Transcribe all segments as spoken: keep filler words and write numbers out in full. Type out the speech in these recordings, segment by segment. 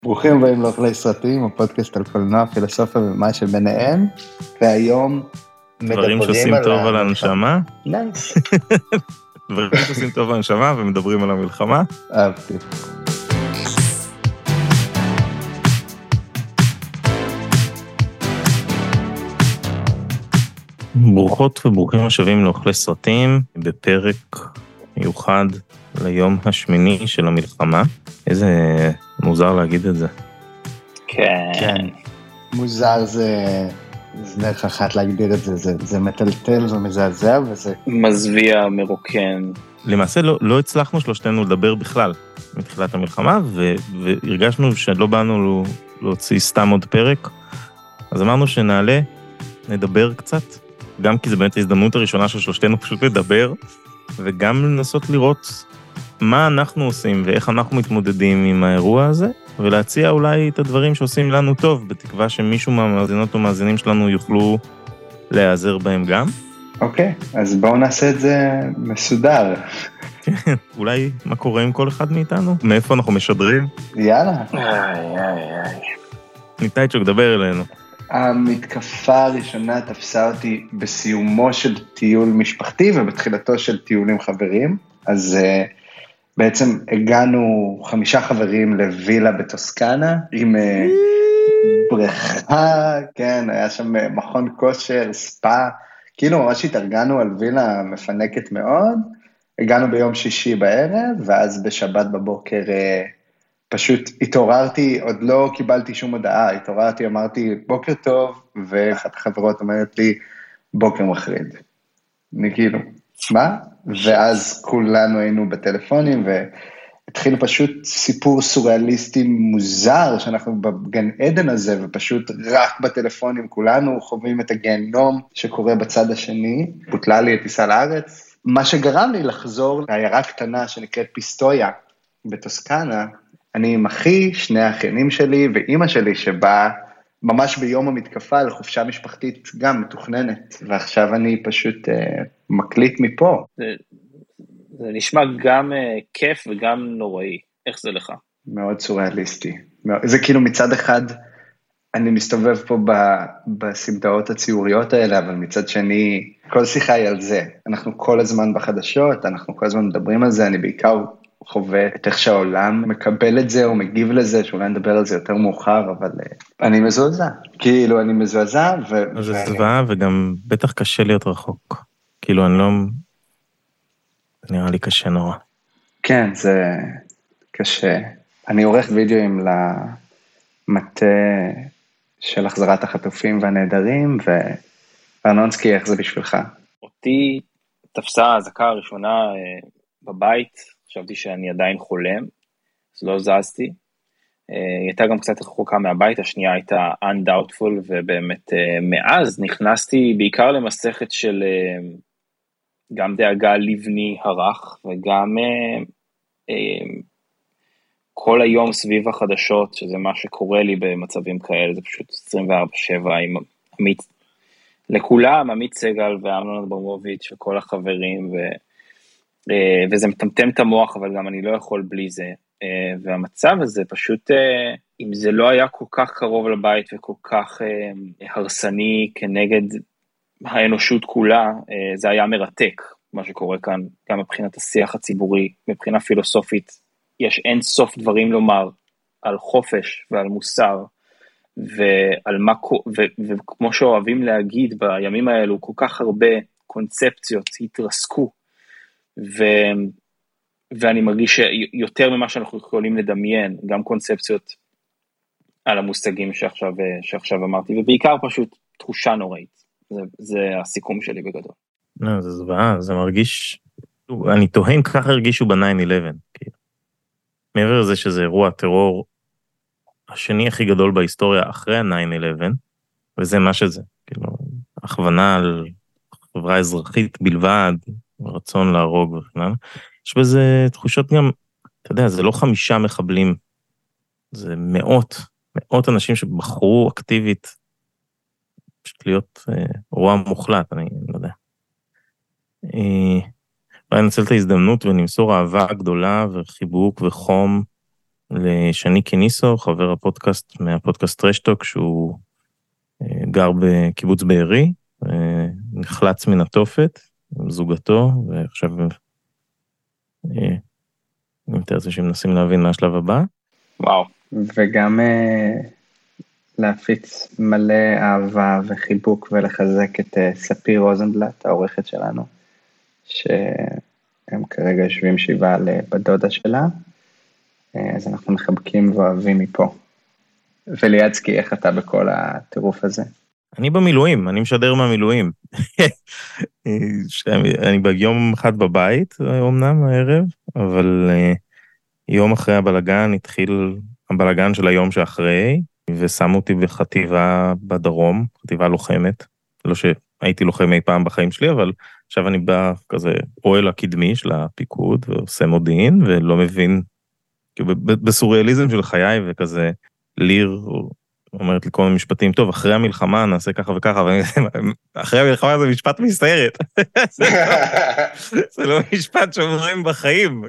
ברוכים הבאים לאוכלי סרטים, הפודקאסט על קולנוע, פילוסופיה ומה שביניהם, והיום דברים שעושים טוב על הנשמה. נייס. דברים שעושים טוב על הנשמה ומדברים על המלחמה. אהבתי. ברוכות וברוכים השבים לאוכלי סרטים, בפרק מיוחד ליום השמיני של המלחמה. איזה מוזר להגיד את זה. כן. כן. מוזר זה, זה דרך אחת להגדיר את זה, זה, זה מטלטל ומזעזע וזה... מזוויע, מרוקן. למעשה לא, לא הצלחנו שלושתנו לדבר בכלל מתחילת המלחמה, ו, והרגשנו שלא באנו להוציא סתם עוד פרק, אז אמרנו שנעלה, נדבר קצת, גם כי זה באמת ההזדמנות הראשונה של שלושתנו פשוט לדבר, וגם לנסות לראות מה אנחנו עושים ואיך אנחנו מתמודדים עם האירוע הזה, ולהציע אולי את הדברים שעושים לנו טוב, בתקווה שמישהו מהמאזינות ומאזינים שלנו יוכלו להיעזר בהם גם. אוקיי, אז בואו נעשה את זה מסודר. כן, אולי מה קורה עם כל אחד מאיתנו? מאיפה אנחנו משדרים? יאללה. איי, איי, איי. ניתאיצ'וק, דבר אלינו. המתקפה הראשונה תפסה אותי בסיומו של טיול משפחתי ובתחילתו של טיולים חברים, אז uh, בעצם הגענו חמישה חברים לווילה בטוסקנה, עם uh, בריכה, כן, היה שם מכון כושר, ספא, כאילו ממש התארגנו על וילה מפנקת מאוד, הגענו ביום שישי בערב, ואז בשבת בבוקר uh, פשוט התעוררתי, עוד לא קיבלתי שום הודעה, התעוררתי, אמרתי בוקר טוב, ואחת החברות אומרת לי בוקר מחריד. אני כאילו, מה? ואז כולנו היינו בטלפונים, והתחיל פשוט סיפור סוריאליסטי מוזר, שאנחנו בגן עדן הזה, ופשוט רק בטלפונים כולנו חווים את הגיהנום שקורה בצד השני, בוטלה לי את טיסה לארץ, מה שגרם לי לחזור לעיירה קטנה שנקראת פיסטויה בטוסקנה, אני עם אחי, שני האחיינים שלי ואימא שלי שבאה ממש ביום המתקפה לחופשה משפחתית גם מתוכננת, ועכשיו אני פשוט uh, מקליט מפה. זה, זה נשמע גם uh, כיף וגם נוראי. איך זה לך? מאוד סוריאליסטי. זה כאילו מצד אחד, אני מסתובב פה בסמטאות הציוריות האלה, אבל מצד שני, כל שיחה היא על זה. אנחנו כל הזמן בחדשות, אנחנו כל הזמן מדברים על זה, אני בעיקר... חווה את איך שהעולם מקבל את זה או מגיב לזה, שאולי נדבר על זה יותר מאוחר, אבל אני מזועזע. כאילו, אני מזועזע ו... זה זוועה, וגם בטח קשה להיות רחוק. כאילו, אני לא... נראה לי קשה נורא. כן, זה קשה. אני עורך וידאוים למטה של החזרת החטופים והנהדרים, וארנונסקי, איך זה בשבילך? אותי תפסה ההזעקה הראשונה בבית, חשבתי שאני עדיין חולם, אז לא זזתי. היא הייתה גם קצת רחוקה מהבית, השנייה הייתה undoubtful, ובאמת מאז נכנסתי בעיקר למסכת של גם דאגה לבני הרך, וגם כל היום סביב החדשות, שזה מה שקורה לי במצבים כאלה, זה פשוט עשרים וארבע שבע עם עמית, לכולם, עמית סגל ואמנון אברמוביץ' וכל החברים, ו... וזה מטמטם את המוח, אבל גם אני לא יכול בלי זה, והמצב הזה פשוט, אם זה לא היה כל כך קרוב לבית, וכל כך הרסני כנגד האנושות כולה, זה היה מרתק, מה שקורה כאן, גם מבחינת השיח הציבורי, מבחינה פילוסופית, יש אין סוף דברים לומר, על חופש ועל מוסר, ועל מה, ו, וכמו שאוהבים להגיד בימים האלו, כל כך הרבה קונספציות התרסקו, ו... ואני מרגיש שיותר ממה שאנחנו יכולים לדמיין, גם קונספציות על המושגים שעכשיו, שעכשיו אמרתי, ובעיקר פשוט תחושה נוראית. זה, זה הסיכום שלי בגדול. לא, זה זוועה, זה מרגיש, אני תוהה אם ככה הרגישו ב-תשע אחת עשרה, כאילו. מעבר לזה שזה אירוע הטרור השני הכי גדול בהיסטוריה אחרי ה-תשע אחת עשרה, וזה מה שזה, כאילו, הכוונה על חברה אזרחית בלבד, רצון להרוג וכן. יש בזה תחושות גם, אתה יודע, זה לא חמישה מחבלים, זה מאות, מאות אנשים שבחרו אקטיבית, פשוט להיות אה, רוע מוחלט, אני לא יודע. אה, אולי נצל את ההזדמנות ונמסור אהבה גדולה וחיבוק וחום לשני קיניסו, חבר הפודקאסט מהפודקאסט טרשטוק, שהוא גר בקיבוץ בארי, נחלץ מן התופת, עם זוגתו, ועכשיו אני מתאר זה שמנסים להבין מה השלב הבא. וואו. וגם להפיץ מלא אהבה וחיבוק ולחזק את ספיר רוזנבלט, העורכת שלנו, שהם כרגע יושבים שבעה לבת דודה שלה, אז אנחנו מחבקים ואוהבים מפה. וליאצקי, איך אתה בכל הטירוף הזה? אני במילואים, אני משדר מהמילואים. אני ביום אחד בבית, אומנם הערב, אבל יום אחרי הבלגן התחיל הבלגן של היום שאחרי, ושמו אותי בחטיבה בדרום, חטיבה לוחמת, לא שהייתי לוחם אי פעם בחיים שלי, אבל עכשיו אני בא כזה אוהל הקדמי של הפיקוד, ועושה מודיעין, ולא מבין, בסוריאליזם של חיי, וכזה ליר, אומרת לי כל מיני משפטים, טוב, אחרי המלחמה נעשה ככה וככה, אחרי המלחמה זה משפט מסתערת. זה לא משפט שאומרים בחיים.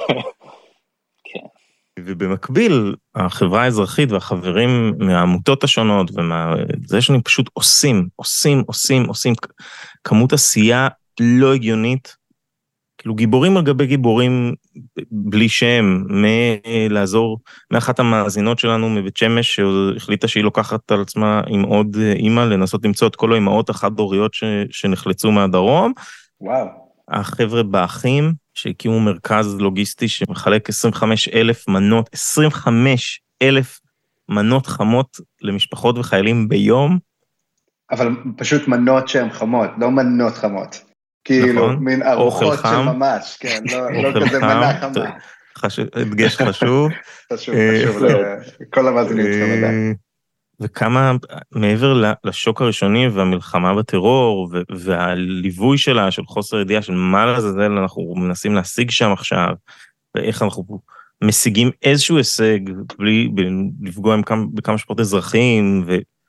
ובמקביל, החברה האזרחית והחברים מהעמותות השונות, וזה שאני פשוט עושים, עושים, עושים, עושים, כמות עשייה לא הגיונית, כאילו גיבורים על גבי גיבורים בלי שם, מלעזור, מאחת המאזינות שלנו מבית שמש, שהחליטה שהיא לוקחת על עצמה עם עוד אימא, לנסות למצוא את כל האימהות החד-הוריות שנחלצו מהדרום. וואו. החבר'ה באחים, שהקימו מרכז לוגיסטי שמחלק עשרים וחמישה אלף מנות, עשרים וחמישה אלף מנות חמות למשפחות וחיילים ביום. אבל פשוט מנות שהן חמות, לא מנות חמות. כאילו, מין ארוחות של ממש, כן, לא כזה מנה חמה. הדגש חשוב. חשוב, חשוב, לכל המאזינים שלנו לדעת. וכמה מעבר לשוק הראשוני והמלחמה בטרור, והליווי שלה, של חוסר ידיעה, של מה לזלזל אנחנו מנסים להשיג שם עכשיו, ואיך אנחנו משיגים איזשהו הישג, בלי לפגוע בכמה שפות אזרחים,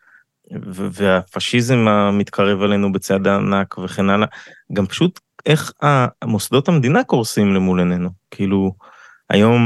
והפשיזם המתקרב עלינו בצעד הענק וכן הלאה, גם פשוט איך המוסדות המדינה קורסים למול עינינו. כאילו, היום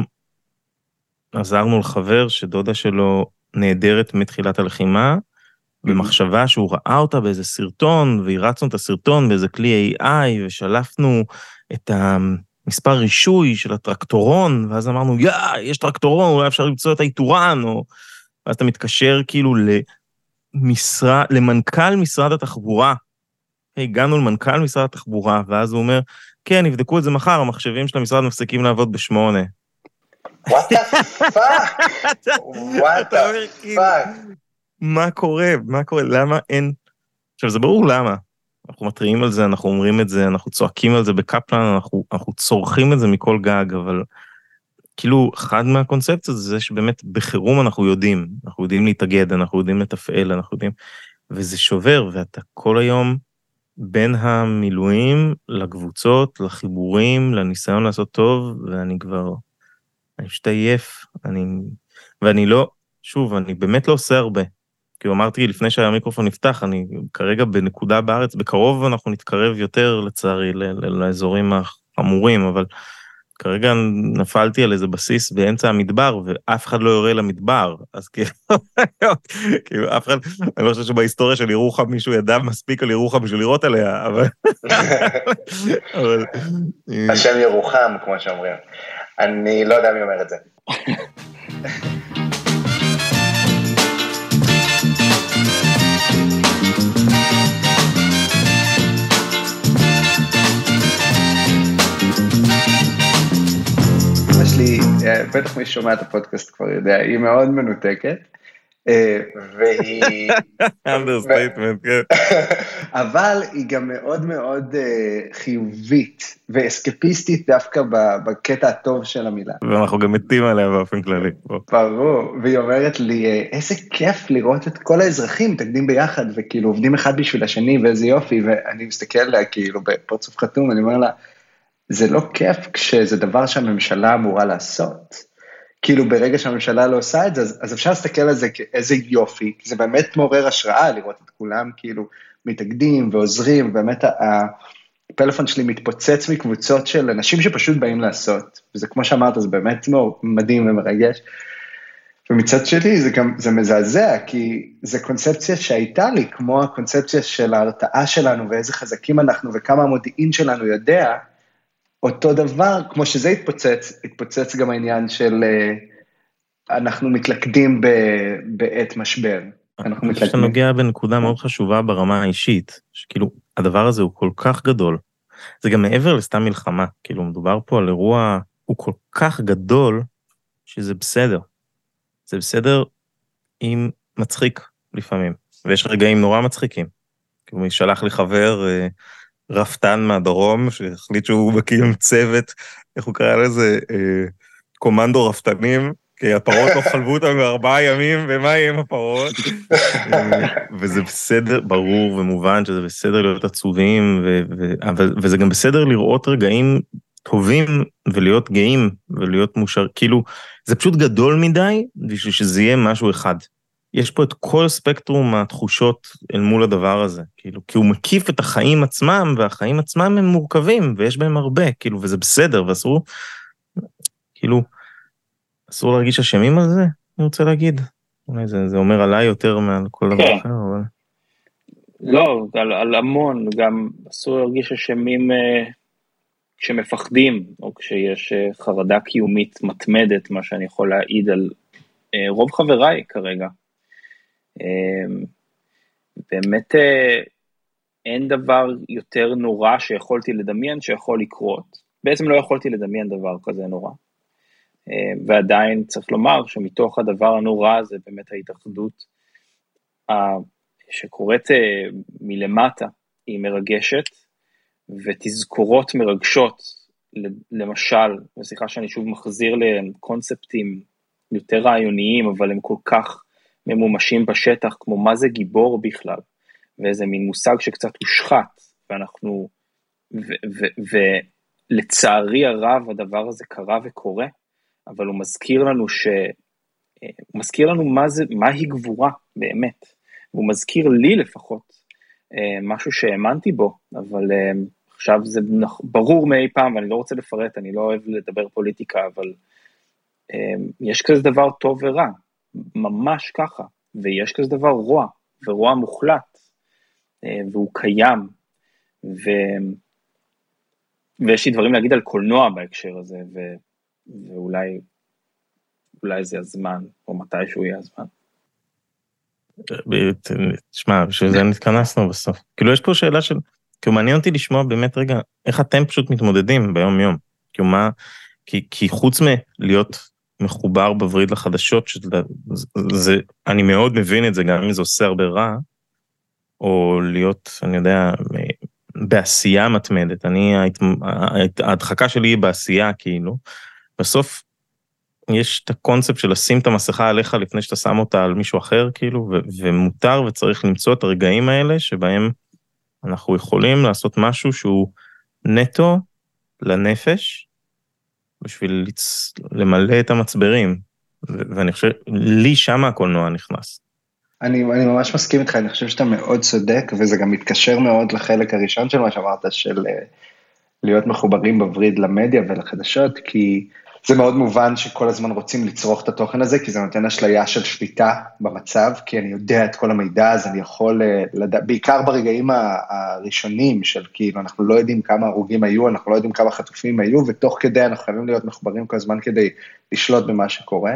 עזרנו לחבר שדודה שלו נהדרת מתחילת הלחימה, במחשבה שהוא ראה אותה באיזה סרטון, והרצנו את הסרטון באיזה כלי איי איי, ושלפנו את המספר רישוי של הטרקטורון, ואז אמרנו, יא, יש טרקטורון, אולי אפשר למצוא את האיתורן, או... ואז אתה מתקשר כאילו למשרד, למנכ"ל משרד התחבורה, הגענו למנכ"ל משרד התחבורה, ואז הוא אומר, כן, יבדקו את זה מחר, המחשבים של המשרד מפסיקים לעבוד בשמונה. What the fuck? What the fuck? מה קורה? מה קורה? למה אין? עכשיו, זה ברור למה. אנחנו מטריעים על זה, אנחנו אומרים את זה, אנחנו צועקים על זה בקפלן, אנחנו, אנחנו צורכים את זה מכל גג, אבל כאילו, אחד מהקונספציות זה שבאמת בחירום אנחנו יודעים, אנחנו יודעים להתאגד, אנחנו יודעים לתפעל, אנחנו יודעים, וזה שובר, ואתה כל היום בין המילואים לקבוצות, לחיבורים, לניסיון לעשות טוב, ואני כבר... אני פשוט עייף, אני, ואני לא, שוב, אני באמת לא עושה הרבה, כי אמרתי לפני שהמיקרופון נפתח, אני כרגע בנקודה בארץ, בקרוב אנחנו נתקרב יותר לצערי לאזורים החמורים, אבל כרגע נפלתי על איזה בסיס באמצע המדבר, ואף אחד לא יורה למדבר, אז כאילו, כאילו אף אחד, אני לא חושב שבהיסטוריה של ירוחם מישהו ידע מספיק על ירוחם בשביל לראות עליה, אבל... השם ירוחם, כמו שאומרים. אני לא יודע מי אומר את זה. יש לי, בטח מי שומע את הפודקאסט כבר יודע, היא מאוד מנותקת, והיא... אנדרסטייטמנט, כן. אבל היא גם מאוד מאוד חיובית ואסקפיסטית דווקא בקטע הטוב של המילה. ואנחנו גם מתים עליה באופן כללי. ברור, והיא אומרת לי, איזה כיף לראות את כל האזרחים מתאגדים ביחד, וכאילו עובדים אחד בשביל השני, ואיזה יופי, ואני מסתכל עליה כאילו בפרצוף חתום, אני אומר לה, זה לא כיף כשזה דבר שהממשלה אמורה לעשות. כאילו ברגע שהממשלה לא עושה את זה, אז, אז אפשר להסתכל על זה כאיזה יופי, כי זה באמת מעורר השראה לראות את כולם כאילו מתאגדים ועוזרים, באמת הפלאפון שלי מתפוצץ מקבוצות של אנשים שפשוט באים לעשות, וזה כמו שאמרת, זה באמת מדהים ומרגש, ומצד שלי זה גם, זה מזעזע, כי זה קונספציה שהייתה לי, כמו הקונספציה של ההרתעה שלנו, ואיזה חזקים אנחנו, וכמה המודיעין שלנו יודע, אותו דבר, כמו שזה התפוצץ, התפוצץ גם העניין של, אנחנו מתלכדים בעת משבר. אני חושב שאתה נוגע בנקודה מאוד חשובה ברמה האישית, שכאילו, הדבר הזה הוא כל כך גדול, זה גם מעבר לסתם מלחמה, כאילו, מדובר פה על אירוע, הוא כל כך גדול, שזה בסדר. זה בסדר אם מצחיק לפעמים, ויש רגעים נורא מצחיקים. כאילו, מי שלח לי חבר, רפתן מהדרום, שהחליט שהוא מקים צוות, איך הוא קרא לזה, קומנדו רפתנים, כי הפרות לא חלבו אותם בארבעה ימים, ומה יהיה עם הפרות? וזה בסדר, ברור ומובן שזה בסדר להיות עצובים, וזה גם בסדר לראות רגעים טובים, ולהיות גאים, ולהיות מושר, כאילו, זה פשוט גדול מדי, בשביל שזה יהיה משהו אחד. יש פה את כל ספקטרום התחושות אל מול הדבר הזה, כאילו, כי הוא מקיף את החיים עצמם, והחיים עצמם הם מורכבים, ויש בהם הרבה, כאילו, וזה בסדר, ואסור, כאילו, אסור להרגיש אשמים על זה, אני רוצה להגיד. אולי זה, זה אומר עליי יותר מעל כל דבר כן. אחר, אבל... לא, על, על המון, גם אסור להרגיש אשמים אה, כשמפחדים, או כשיש אה, חרדה קיומית מתמדת, מה שאני יכול להעיד על אה, רוב חבריי כרגע. אה, באמת אה, אין דבר יותר נורא שיכולתי לדמיין שיכול לקרות. בעצם לא יכולתי לדמיין דבר כזה נורא. ועדיין צריך לומר שמתוך הדבר הנורא הזה באמת ההתאחדות שקורית מלמטה היא מרגשת, ותזכורות מרגשות, למשל, בשיחה שאני שוב מחזיר לקונספטים יותר רעיוניים, אבל הם כל כך ממומשים בשטח, כמו מה זה גיבור בכלל, ואיזה מין מושג שקצת הושחת, ואנחנו, ולצערי הרב הדבר הזה קרה וקורה, אבל הוא מזכיר לנו ש... הוא מזכיר לנו מה זה, מה היא גבורה באמת, והוא מזכיר לי לפחות משהו שהאמנתי בו, אבל עכשיו זה ברור מאי פעם, ואני לא רוצה לפרט, אני לא אוהב לדבר פוליטיקה, אבל יש כזה דבר טוב ורע, ממש ככה, ויש כזה דבר רוע, ורוע מוחלט, והוא קיים, ו... ויש לי דברים להגיד על קולנוע בהקשר הזה, ו... ואולי אולי זה הזמן, או מתישהו יהיה הזמן. תשמע, בשביל זה נתכנסנו בסוף. כאילו יש פה שאלה של, כאילו מעניין אותי לשמוע באמת רגע, איך אתם פשוט מתמודדים ביום יום? כאילו מה, כי, כי חוץ מלהיות מחובר בווריד לחדשות, שזה, זה, אני מאוד מבין את זה, גם אם זה עושה הרבה רע, או להיות, אני יודע, בעשייה מתמדת. אני, ההדחקה שלי היא בעשייה, כאילו, בסוף יש את הקונספט של לשים את המסכה עליך לפני שאתה שם אותה על מישהו אחר, כאילו, ו- ומותר וצריך למצוא את הרגעים האלה שבהם אנחנו יכולים לעשות משהו שהוא נטו לנפש, בשביל לצ... למלא את המצברים, ו- ואני חושב, לי שמה הקולנוע נכנס. אני, אני ממש מסכים איתך, אני חושב שאתה מאוד צודק, וזה גם מתקשר מאוד לחלק הראשון של מה שאמרת, של להיות מחוברים בווריד למדיה ולחדשות, כי זה מאוד מובן שכל הזמן רוצים לצרוך את התוכן הזה, כי זה נותן אשליה של שליטה במצב, כי אני יודע את כל המידע, אז אני יכול לדע... בעיקר ברגעים הראשונים של כאילו, אנחנו לא יודעים כמה הרוגים היו, אנחנו לא יודעים כמה חטופים היו, ותוך כדי אנחנו חייבים להיות מחוברים כל הזמן כדי לשלוט במה שקורה,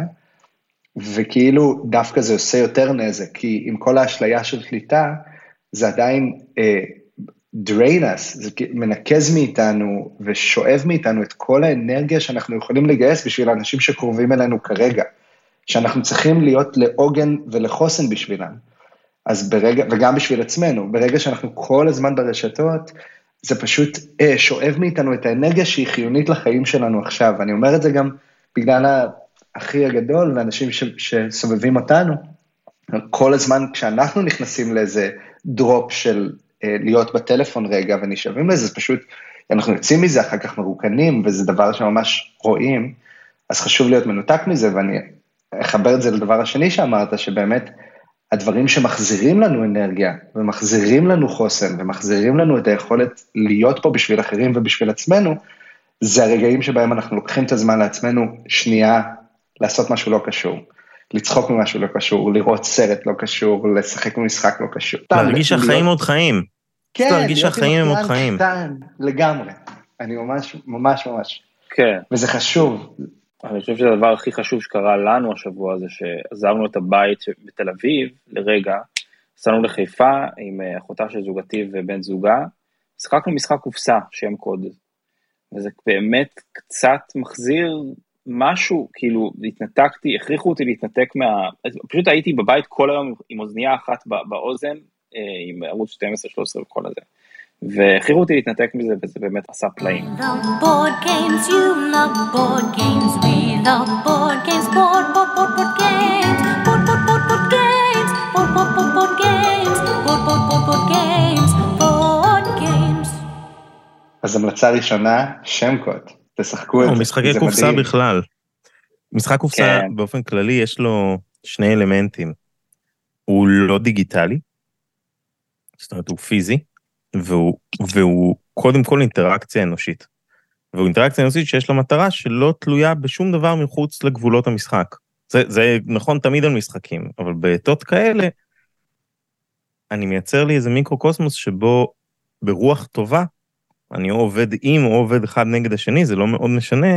וכאילו דווקא זה עושה יותר נזק, כי עם כל האשליה של שליטה, זה עדיין אה, drain us, זה מנקז מאיתנו ושואב מאיתנו את כל האנרגיה שאנחנו יכולים לגייס בשביל האנשים שקרובים אלינו כרגע, שאנחנו צריכים להיות לעוגן ולחוסן בשבילם, אז ברגע, וגם בשביל עצמנו, ברגע שאנחנו כל הזמן ברשתות, זה פשוט אה, שואב מאיתנו את האנרגיה שהיא חיונית לחיים שלנו עכשיו, אני אומר את זה גם בגלל הכי הגדול, ואנשים ש, שסובבים אותנו, כל הזמן כשאנחנו נכנסים לאיזה דרופ של אה, להיות בטלפון רגע ונשאבים לזה, זה פשוט, אנחנו יוצאים מזה אחר כך מרוקנים, וזה דבר שממש רואים, אז חשוב להיות מנותק מזה, ואני אחבר את זה לדבר השני שאמרת, שבאמת הדברים שמחזירים לנו אנרגיה, ומחזירים לנו חוסן, ומחזירים לנו את היכולת להיות פה בשביל אחרים ובשביל עצמנו, זה הרגעים שבהם אנחנו לוקחים את הזמן לעצמנו שנייה, לעשות משהו לא קשור, לצחוק ממשהו לא קשור, לראות סרט לא קשור, לשחק במשחק לא קשור. להרגיש שהחיים עוד חיים. כן, להרגיש שהחיים הם עוד חיים. לגמרי. אני ממש, ממש, ממש. כן. וזה חשוב. אני חושב שהדבר הכי חשוב שקרה לנו השבוע זה שעזבנו את הבית בתל אביב לרגע, נסענו לחיפה עם אחותה של זוגתי ובן זוגה, שחקנו משחק קופסה, שם קוד. וזה באמת קצת מחזיר משהו, כאילו התנתקתי, הכריחו אותי להתנתק מה... פשוט הייתי בבית כל היום עם אוזנייה אחת באוזן, עם ערוץ שתים עשרה שלוש עשרה וכל הזה. והכריחו אותי להתנתק מזה, וזה באמת עשה פלאים. board games, you love board games, we love board games, board, board, board, board games, board, board, board, board games, board, board, board, board games, board, board, board, board games, board games. אז המלצה ראשונה, שם קוד, תשחקו את זה. משחקי קופסה בכלל. משחק קופסה באופן כללי יש לו שני אלמנטים. הוא לא דיגיטלי, זאת אומרת הוא פיזי, והוא, והוא קודם כל אינטראקציה אנושית. והוא אינטראקציה אנושית שיש לה מטרה שלא תלויה בשום דבר מחוץ לגבולות המשחק. זה, זה נכון תמיד על משחקים, אבל בעתות כאלה, אני מייצר לי איזה מיקרו-קוסמוס שבו ברוח טובה, אני או עובד עם או עובד אחד נגד השני, זה לא מאוד משנה,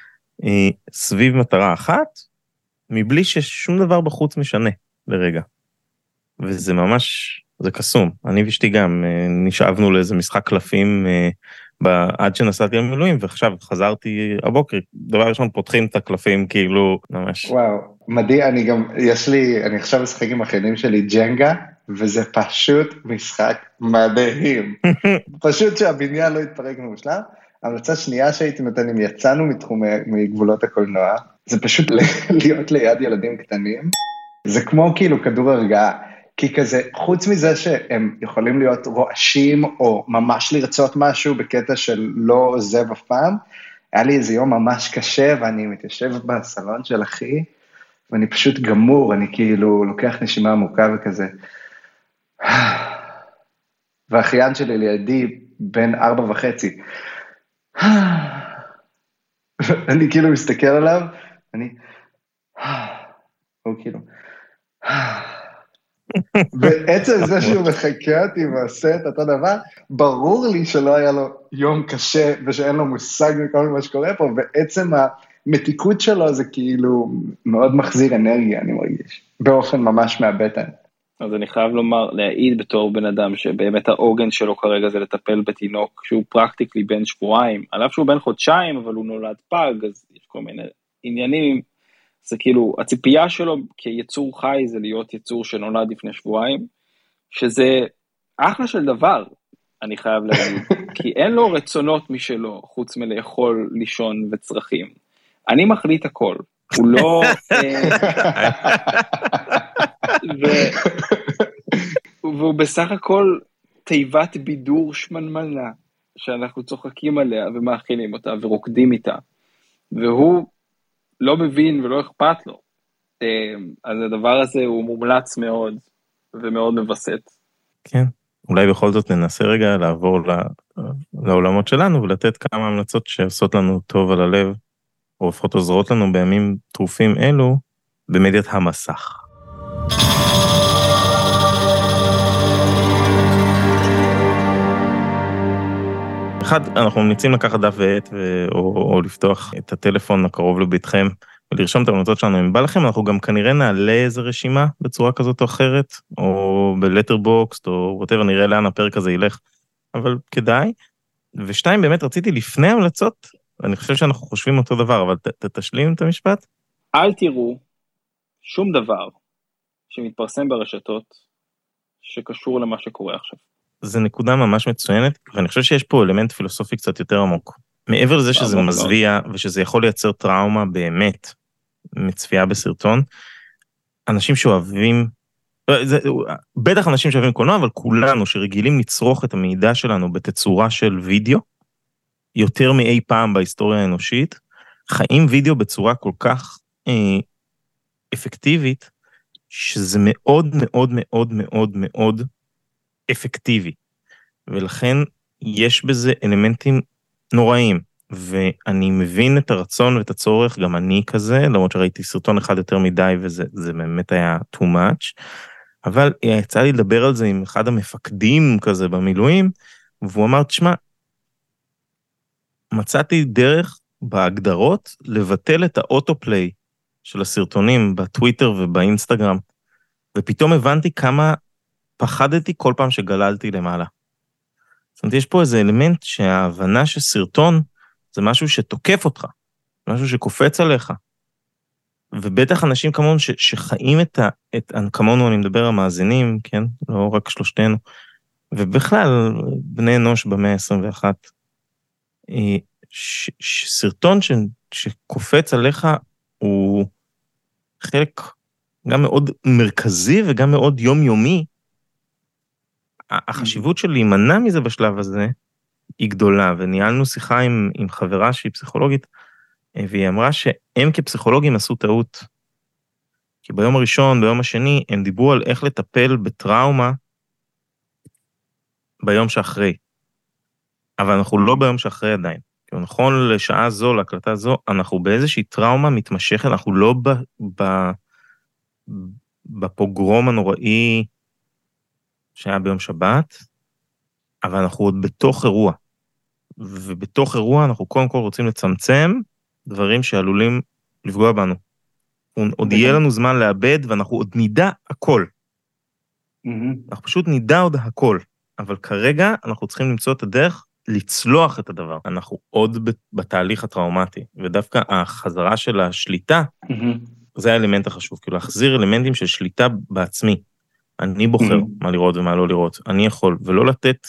סביב מטרה אחת, מבלי ששום דבר בחוץ משנה לרגע. וזה ממש... זה קסום, אני ואשתי גם נשאבנו לאיזה משחק קלפים עד שנסעתי למילואים, ועכשיו חזרתי הבוקר, דבר ראשון פותחים את הקלפים כאילו ממש. וואו, מדהים, אני גם, יש לי, אני עכשיו משחק עם החיילים שלי ג'נגה, וזה פשוט משחק מדהים, פשוט שהבניין לא יתפרק מושלם. המלצה שנייה שהייתי נותן, אם יצאנו מתחומי, מגבולות הקולנוע, זה פשוט להיות ליד ילדים קטנים, זה כמו כאילו כדור הרגעה, כי כזה, חוץ מזה שהם יכולים להיות רועשים, או ממש לרצות משהו בקטע של לא עוזב אף פעם, היה לי איזה יום ממש קשה, ואני מתיישב בסלון של אחי, ואני פשוט גמור, אני כאילו לוקח נשימה עמוקה וכזה. והאחיין שלי לידי, בן ארבע וחצי. אני כאילו מסתכל עליו, אני... הוא כאילו... בעצם זה שהוא מחכה אותי ועושה את אותו דבר, ברור לי שלא היה לו יום קשה ושאין לו מושג מכל מה שקורה פה, בעצם המתיקות שלו זה כאילו מאוד מחזיר אנרגיה, אני מרגיש, באופן ממש מהבטן. אז אני חייב לומר, להעיד בתור בן אדם שבאמת האורגן שלו כרגע זה לטפל בתינוק שהוא פרקטיקלי בן שבועיים, עליו שהוא בן חודשיים אבל הוא נולד פג, אז יש כל מיני עניינים, זה כאילו, הציפייה שלו כיצור חי זה להיות יצור שנולד לפני שבועיים, שזה אחלה של דבר, אני חייב להגיד, כי אין לו רצונות משלו, חוץ מלאכול, לישון וצרכים. אני מחליט הכל, הוא לא... והוא בסך הכל תיבת בידור שמנמנה, שאנחנו צוחקים עליה ומאכילים אותה ורוקדים איתה, והוא לא מבין ולא אכפת לו. אז הדבר הזה הוא מומלץ מאוד, ומאוד מבסט. כן, אולי בכל זאת ננסה רגע לעבור לעולמות שלנו, ולתת כמה המלצות שעושות לנו טוב על הלב, או לפחות עוזרות לנו בימים טרופים אלו, במדיית המסך. אחד, אנחנו ממליצים לקחת דף ועט, ו... או, או לפתוח את הטלפון הקרוב לביתכם, ולרשום את המלצות שלנו. אם בא לכם, אנחנו גם כנראה נעלה איזה רשימה, בצורה כזאת או אחרת, או בלטרבוקסט, או whatever, נראה לאן הפרק הזה ילך, אבל כדאי. ושתיים, באמת רציתי לפני המלצות, אני חושב שאנחנו חושבים אותו דבר, אבל ת, ת, תשלים את המשפט. אל תראו שום דבר שמתפרסם ברשתות, שקשור למה שקורה עכשיו. זה נקודה ממש מצוינת, ואני חושב שיש פה אלמנט פילוסופי קצת יותר עמוק. מעבר לזה שזה מזוויע, ושזה יכול לייצר טראומה באמת, מצפייה בסרטון, אנשים שאוהבים, זה, בטח אנשים שאוהבים קולנוע, אבל כולנו שרגילים לצרוך את המידע שלנו בתצורה של וידאו, יותר מאי פעם בהיסטוריה האנושית, חיים וידאו בצורה כל כך אה, אפקטיבית, שזה מאוד מאוד מאוד מאוד מאוד אפקטיבי, ולכן יש בזה אלמנטים נוראים, ואני מבין את הרצון ואת הצורך, גם אני כזה, למרות שראיתי סרטון אחד יותר מדי, וזה זה באמת היה too much, אבל יצא לי לדבר על זה עם אחד המפקדים כזה במילואים, והוא אמר, תשמע, מצאתי דרך בהגדרות לבטל את האוטופליי של הסרטונים בטוויטר ובאינסטגרם, ופתאום הבנתי כמה פחדתי כל פעם שגללתי למעלה. זאת אומרת, יש פה איזה אלמנט שההבנה שסרטון זה משהו שתוקף אותך, משהו שקופץ עליך, ובטח אנשים כמונו ש, שחיים את ה... את, כמונו אני מדבר המאזינים, כן? לא רק שלושתנו, ובכלל בני אנוש במאה ה-עשרים ואחת, ש, שסרטון ש, שקופץ עליך הוא חלק גם מאוד מרכזי וגם מאוד יומיומי. החשיבות של להימנע מזה בשלב הזה היא גדולה, וניהלנו שיחה עם, עם חברה שהיא פסיכולוגית, והיא אמרה שהם כפסיכולוגים עשו טעות, כי ביום הראשון, ביום השני, הם דיברו על איך לטפל בטראומה ביום שאחרי, אבל אנחנו לא ביום שאחרי עדיין, כי נכון לשעה זו, להקלטה זו, אנחנו באיזושהי טראומה מתמשכת, אנחנו לא ב, ב, בפוגרום הנוראי שהיה ביום שבת, אבל אנחנו עוד בתוך אירוע, ובתוך אירוע אנחנו קודם כל רוצים לצמצם דברים שעלולים לפגוע בנו. עוד יהיה לנו זמן לאבד, ואנחנו עוד נדע הכל. אנחנו פשוט נדע עוד הכל, אבל כרגע אנחנו צריכים למצוא את הדרך לצלוח את הדבר. אנחנו עוד בתהליך הטראומטי, ודווקא החזרה של השליטה, זה האלמנט החשוב, כאילו להחזיר אלמנטים של שליטה בעצמי. אני בוחר מה לראות ומה לא לראות, אני יכול, ולא לתת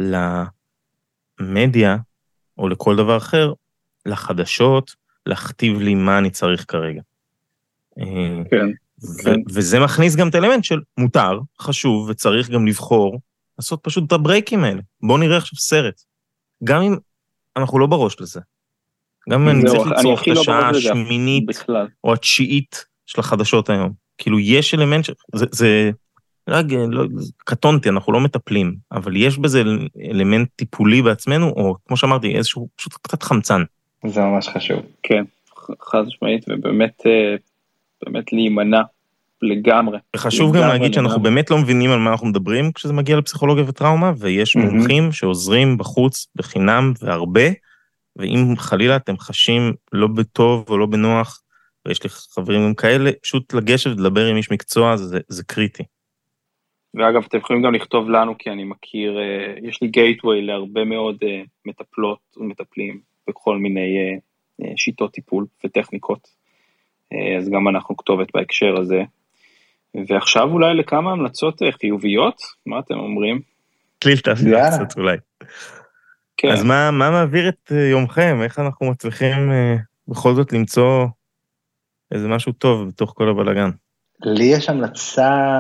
למדיה, או לכל דבר אחר, לחדשות, להכתיב לי מה אני צריך כרגע. כן. וזה מכניס גם את האלמנט של מותר, חשוב, וצריך גם לבחור, לעשות פשוט את הברייקים האלה. בואו נראה עכשיו סרט. גם אם אנחנו לא בראש לזה. גם אם אני צריך לצרוך את השעה השמינית, או התשיעית של החדשות היום. כאילו יש אלמנט, זה קטונתי, אנחנו לא מטפלים, אבל יש בזה אלמנט טיפולי בעצמנו, או כמו שאמרתי, איזשהו פשוט קצת חמצן. זה ממש חשוב. כן, חד משמעית, ובאמת באמת להימנע לגמרי. וחשוב גם להגיד שאנחנו באמת לא מבינים על מה אנחנו מדברים כשזה מגיע לפסיכולוגיה וטראומה, ויש מומחים שעוזרים בחוץ בחינם והרבה, ואם חלילה אתם חשים לא בטוב או לא בנוח, ויש לי חברים כאלה, פשוט לגשת ולדבר עם איש מקצוע, זה, זה קריטי. ואגב, אתם יכולים גם לכתוב לנו, כי אני מכיר, יש לי גייטווי להרבה מאוד מטפלות ומטפלים, בכל מיני שיטות טיפול וטכניקות, אז גם אנחנו כתובת בהקשר הזה. ועכשיו אולי לכמה המלצות חיוביות, מה אתם אומרים? כליל תעשייה קצת אולי. כן. אז מה, מה מעביר את יומכם? איך אנחנו מצליחים בכל זאת למצוא איזה משהו טוב בתוך כל הבלגן? לי יש המלצה,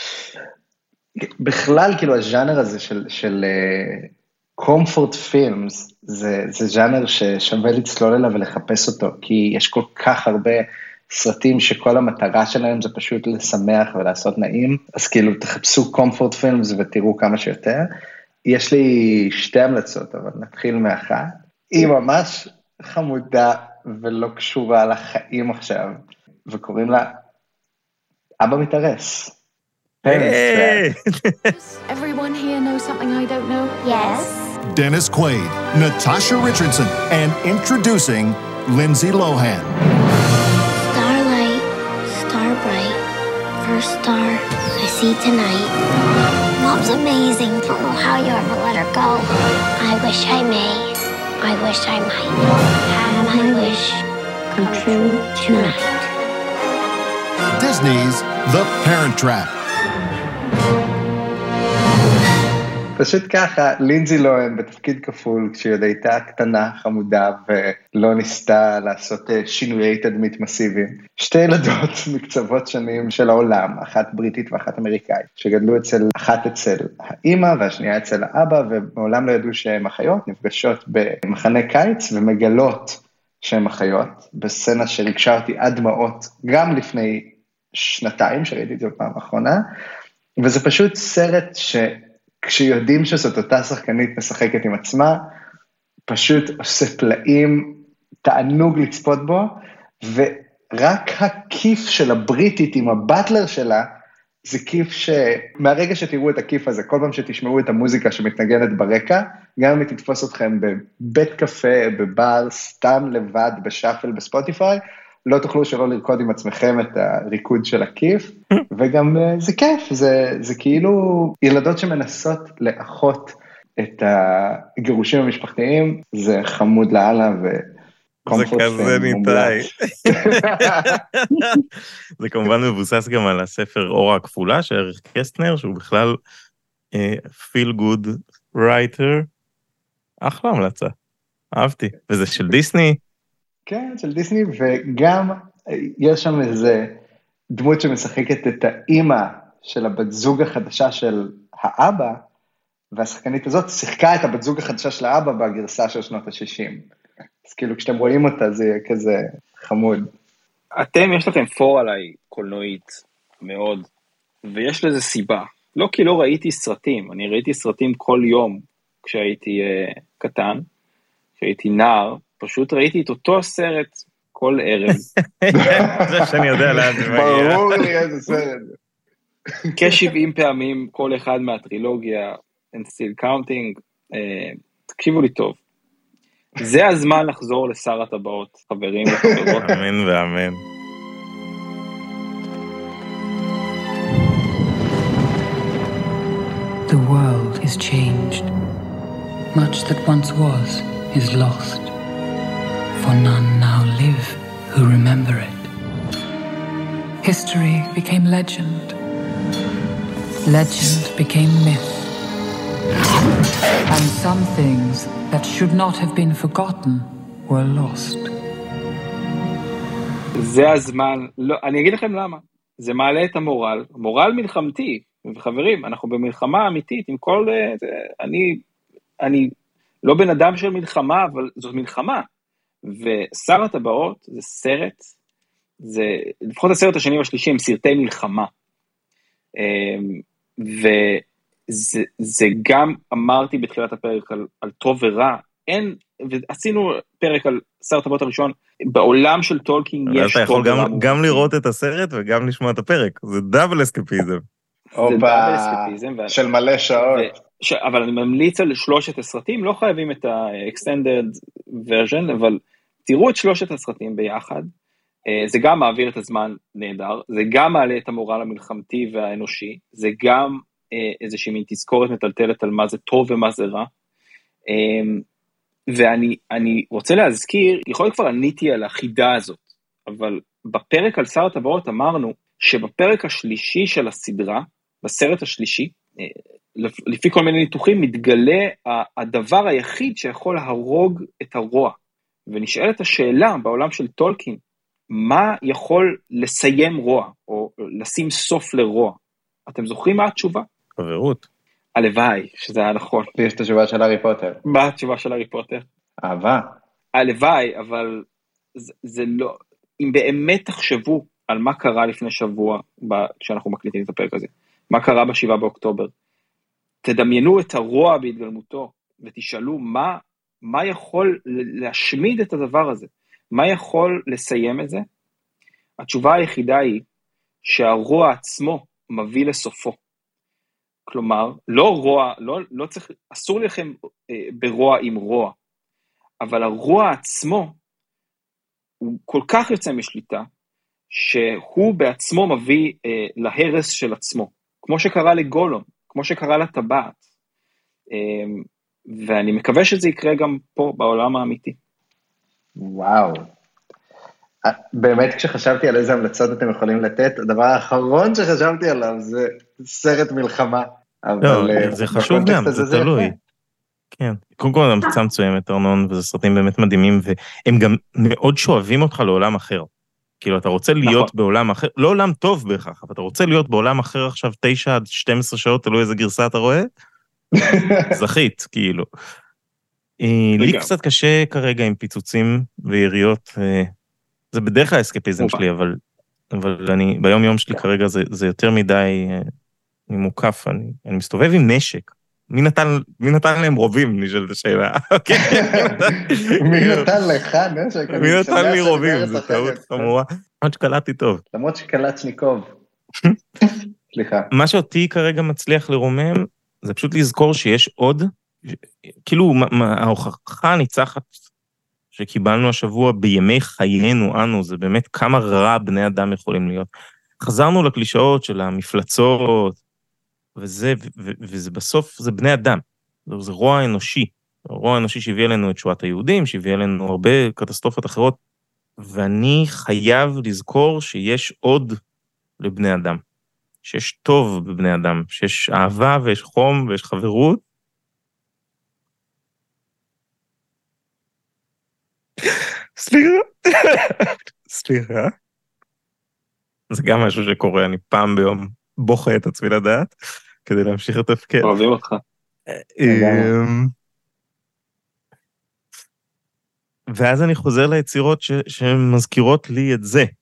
בכלל כאילו הז'אנר הזה של, של comfort films, זה, זה ז'אנר ששווה לצלול אליו ולחפש אותו, כי יש כל כך הרבה סרטים שכל המטרה שלהם זה פשוט לשמח ולעשות נעים, אז כאילו תחפשו comfort films ותראו כמה שיותר. יש לי שתי המלצות, אבל נתחיל מאחת. היא ממש חמודה ולא קשורה לחיים עכשיו, וקוראים לה אבא מתארס. Everyone here knows something I don't know? Yes. Dennis Quaid, Natasha Richardson, and introducing Lindsay Lohan. Starlight, star bright, first star I see tonight. Mom's amazing, don't know how you ever let her go. I wish I may, I wish I might have my wish come true tonight. Disney's The Parent Trap. פשוט ככה, לינזי לוהן בתפקיד כפול, כשהיא עוד הייתה קטנה, חמודה, ולא ניסתה לעשות שינויי תדמית מסיביים. שתי ילדות מקצוות שונים של העולם, אחת בריטית ואחת אמריקאית, שגדלו אצל, אחת אצל האמא והשנייה אצל האבא, ומעולם לא ידעו שהן אחיות, נפגשות במחנה קיץ ומגלות שהן אחיות, בסצנה שרגשה אותי עד דמעות, גם לפני שנתיים שראיתי את זה בפעם האחרונה, וזה פשוט סרט שכשיודעים שזאת אותה שחקנית משחקת עם עצמה, פשוט עושה פלאים, תענוג לצפות בו, ורק הכיף של הבריטית עם הבטלר שלה, זה כיף שמהרגע שתראו את הכיף הזה, כל פעם שתשמעו את המוזיקה שמתנגנת ברקע, גם אם היא תתפוס אתכם בבית קפה, בבר, סתם לבד, בשאפל, בספוטיפיי, לא תוכלו שלא לרקוד עם עצמכם את הריקוד של הכיף, וגם זה כיף, זה, זה כאילו ילדות שמנסות לאחות את הגירושים המשפחתיים, זה חמוד לאללה ו... זה כזה ניתאי. זה כמובן מבוסס גם על הספר אורה הכפולה, של אריך קסטנר, שהוא בכלל feel good writer. אחלה המלצה. אהבתי. וזה של דיסני? כן, של דיסני, וגם יש שם איזה דמות שמשחקת את האימא של הבת זוג החדשה של האבא, והשחקנית הזאת שיחקה את הבת זוג החדשה של האבא בגרסה של שנות ה-שישים. אז כאילו כשאתם רואים אותה זה יהיה כזה חמוד. אתם, יש לכם פור עליי קולנועית מאוד, ויש לזה סיבה. לא כי לא ראיתי סרטים, אני ראיתי סרטים כל יום כשהייתי uh, קטן, כשהייתי נער, פשוט ראיתי את אותו סרט כל ערב. זה שאני יודע לאן זה מגיע. ברור לי איזה סרט. כ-שבעים פעמים כל אחד מהטרילוגיה, and still counting, uh, תקשיבו לי טוב. זה הזמן לחזור לשר הטבעות, חברים וחברות. אמן ואמן. The world is changed. Much that once was is lost. For none now live who remember it. History became legend. Legend became myth. And some things that should not have been forgotten were lost. זה הזמן, לא, אני אגיד לכם למה. זה מעלה את המורל, מורל מלחמתי, וחברים, אנחנו במלחמה אמיתית, עם כל, אני, אני לא בן אדם של מלחמה, אבל זאת מלחמה. ושר הטבעות זה סרט, זה, לפחות הסרט השני והשלישי הם סרטי מלחמה. ו... זה, זה גם אמרתי בתחילת הפרק על, על טוב ורע, אין, ועשינו פרק על שר הטבעות הראשון, בעולם של טולקין יש טוב ורע. אתה יכול גם, גם לראות את הסרט וגם לשמוע את הפרק, זה דאבל אסקפיזם. זה דאבל אסקפיזם. של מלא שעות. ש, אבל אני ממליץ על שלושת הסרטים, לא חייבים את ה-extended version, אבל תראו את שלושת הסרטים ביחד, זה גם מעביר את הזמן נהדר, זה גם מעלה את המורל המלחמתי והאנושי, זה גם איזושהי מין תזכורת מטלטלת על מה זה טוב ומה זה רע, ואני אני רוצה להזכיר, יכול להיות כבר עניתי על החידה הזאת, אבל בפרק על שר הטבעות אמרנו, שבפרק השלישי של הסדרה, בסרט השלישי, לפי כל מיני ניתוחים, מתגלה הדבר היחיד שיכול להרוג את הרוע, ונשאלת השאלה בעולם של טולקין, מה יכול לסיים רוע, או לשים סוף לרוע? אתם זוכרים מה התשובה? חברות. הלוואי, שזה היה נכון. יש את התשובה של הארי פוטר. מה התשובה של הארי פוטר? אהבה. הלוואי, אבל זה, זה לא, אם באמת תחשבו על מה קרה לפני שבוע, כשאנחנו מקליטים את הפרק הזה, מה קרה בשבעה באוקטובר, תדמיינו את הרוע בהתגלמותו, ותשאלו מה, מה יכול להשמיד את הדבר הזה, מה יכול לסיים את זה? התשובה היחידה היא, שהרוע עצמו מביא לסופו. כלומר, לא רוע, לא, לא צריך, אסור לכם אה, ברוע עם רוע, אבל הרוע עצמו, הוא כל כך יוצא משליטה, שהוא בעצמו מביא אה, להרס של עצמו, כמו שקרה לגולום, כמו שקרה לטבעת, אה, ואני מקווה שזה יקרה גם פה, בעולם האמיתי. וואו. באמת כשחשבתי על איזה המלצות אתם יכולים לתת, הדבר האחרון שחשבתי עליו זה סרט מלחמה. לא, זה חשוב גם, זה תלוי. כן, קודם כל המלצה מצוימת, ארנון, וזה סרטים באמת מדהימים, והם גם מאוד שואבים אותך לעולם אחר. כאילו, אתה רוצה להיות בעולם אחר, לא עולם טוב בהכרח, אבל אתה רוצה להיות בעולם אחר עכשיו תשע עד שתים עשרה שעות, תלוי איזה גרסה אתה רואה? זכית, כאילו. לי קצת קשה כרגע עם פיצוצים ויריות, זה בדרך כלל אסקפיזם שלי, אבל אבל אני, ביום יום שלי כרגע זה, זה יותר מדי אני מוקף, אני, אני מסתובב עם נשק. מי נתן, מי נתן להם רובים, נשאלת השאלה. מי נתן לך נשק? מי נתן לי רובים, זה טעות חמורה. עוד שקלטתי טוב. למרות שקלצ'ניקוב. סליחה. מה שאותי כרגע מצליח לרומם, זה פשוט לזכור שיש עוד, כאילו ההוכחה הניצחת שקיבלנו השבוע בימי חיינו אנו, זה באמת כמה רע בני אדם יכולים להיות. חזרנו לקלישאות של המפלצות, וזה, ו- וזה בסוף, זה בני אדם, זה, זה רוע אנושי, רוע אנושי שהביא אלינו את שואת היהודים, שהביא אלינו הרבה קטסטרופות אחרות, ואני חייב לזכור שיש עוד לבני אדם, שיש טוב בבני אדם, שיש אהבה ויש חום ויש חברות. סליחה, סליחה. זה גם משהו שקורה, אני פעם ביום בוכה את עצמי לדעת, כדי להמשיך את הפקד. אוהבים אותך. ואז אני חוזר ליצירות שמזכירות לי את זה.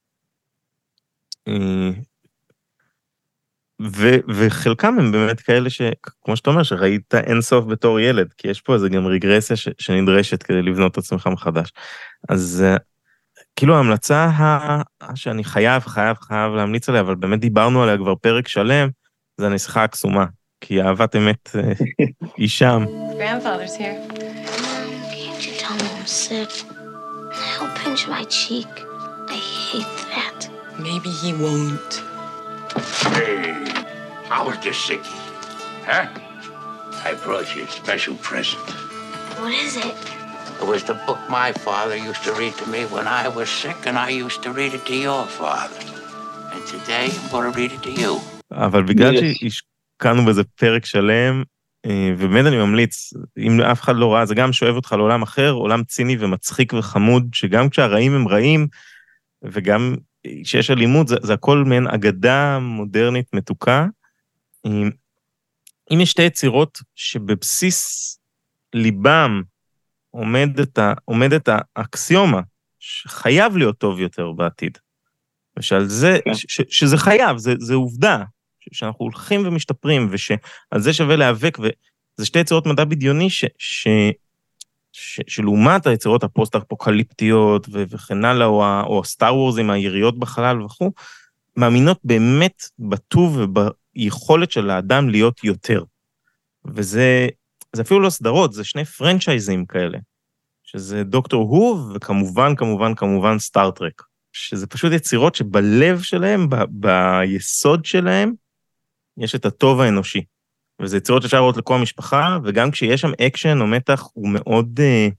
וחלקם הם באמת כאלה שכמו שאתה אומר, שראית אינסוף בתור ילד, כי יש פה איזה גם רגרסיה שנדרשת כדי לבנות את עצמך מחדש. אז כאילו ההמלצה שאני חייב, חייב, חייב להמליץ עליה, אבל באמת דיברנו עליה כבר פרק שלם, זה הנסיכה הקסומה, כי אהבת אמת היא שם. Grandfather's here. Can't you tell me I'm sick? He'll pinch my cheek. I hate that. Maybe he won't. Hey, how was the sickie? Huh? I brought you a special present. What is it? It was the book my father used to read to me when I was sick, and I used to read it to your father. And today I'm going to read it to you. אבל בגלל שהשקענו בזה פרק שלם, ובאמת אני ממליץ, אם אף אחד לא ראה, זה גם שואב אותך לעולם אחר, עולם ציני ומצחיק וחמוד, שגם כשהרעים הם רעים, וגם שיש אלימות, זה, זה הכל מעין אגדה מודרנית מתוקה. אם יש שתי יצירות שבבסיס ליבם, עומדת, עומדת האקסיומה, שחייב להיות טוב יותר בעתיד. ושעל זה, ש, ש, שזה חייב, זה, זה עובדה, ש, שאנחנו הולכים ומשתפרים, ושעל זה שווה להיאבק, וזה שתי יצירות מדע בדיוני, ש, ש, ש, שלעומת היצירות הפוסט-אפוקליפטיות, ו, וכן הלאה, או, או הסטאר וורז עם היריות בחלל וכו', מאמינות באמת בטוב וביכולת של האדם להיות יותר. וזה, זה אפילו לא סדרות, זה שני פרנצ'ייזים כאלה, שזה דוקטור הו, וכמובן, כמובן, כמובן סטארטרק, שזה פשוט יצירות שבלב שלהם, ב- ביסוד שלהם, יש את הטוב האנושי, וזה יצירות שאפשר לראות לכל המשפחה, וגם כשיש שם אקשן או מתח, הוא מאוד אה,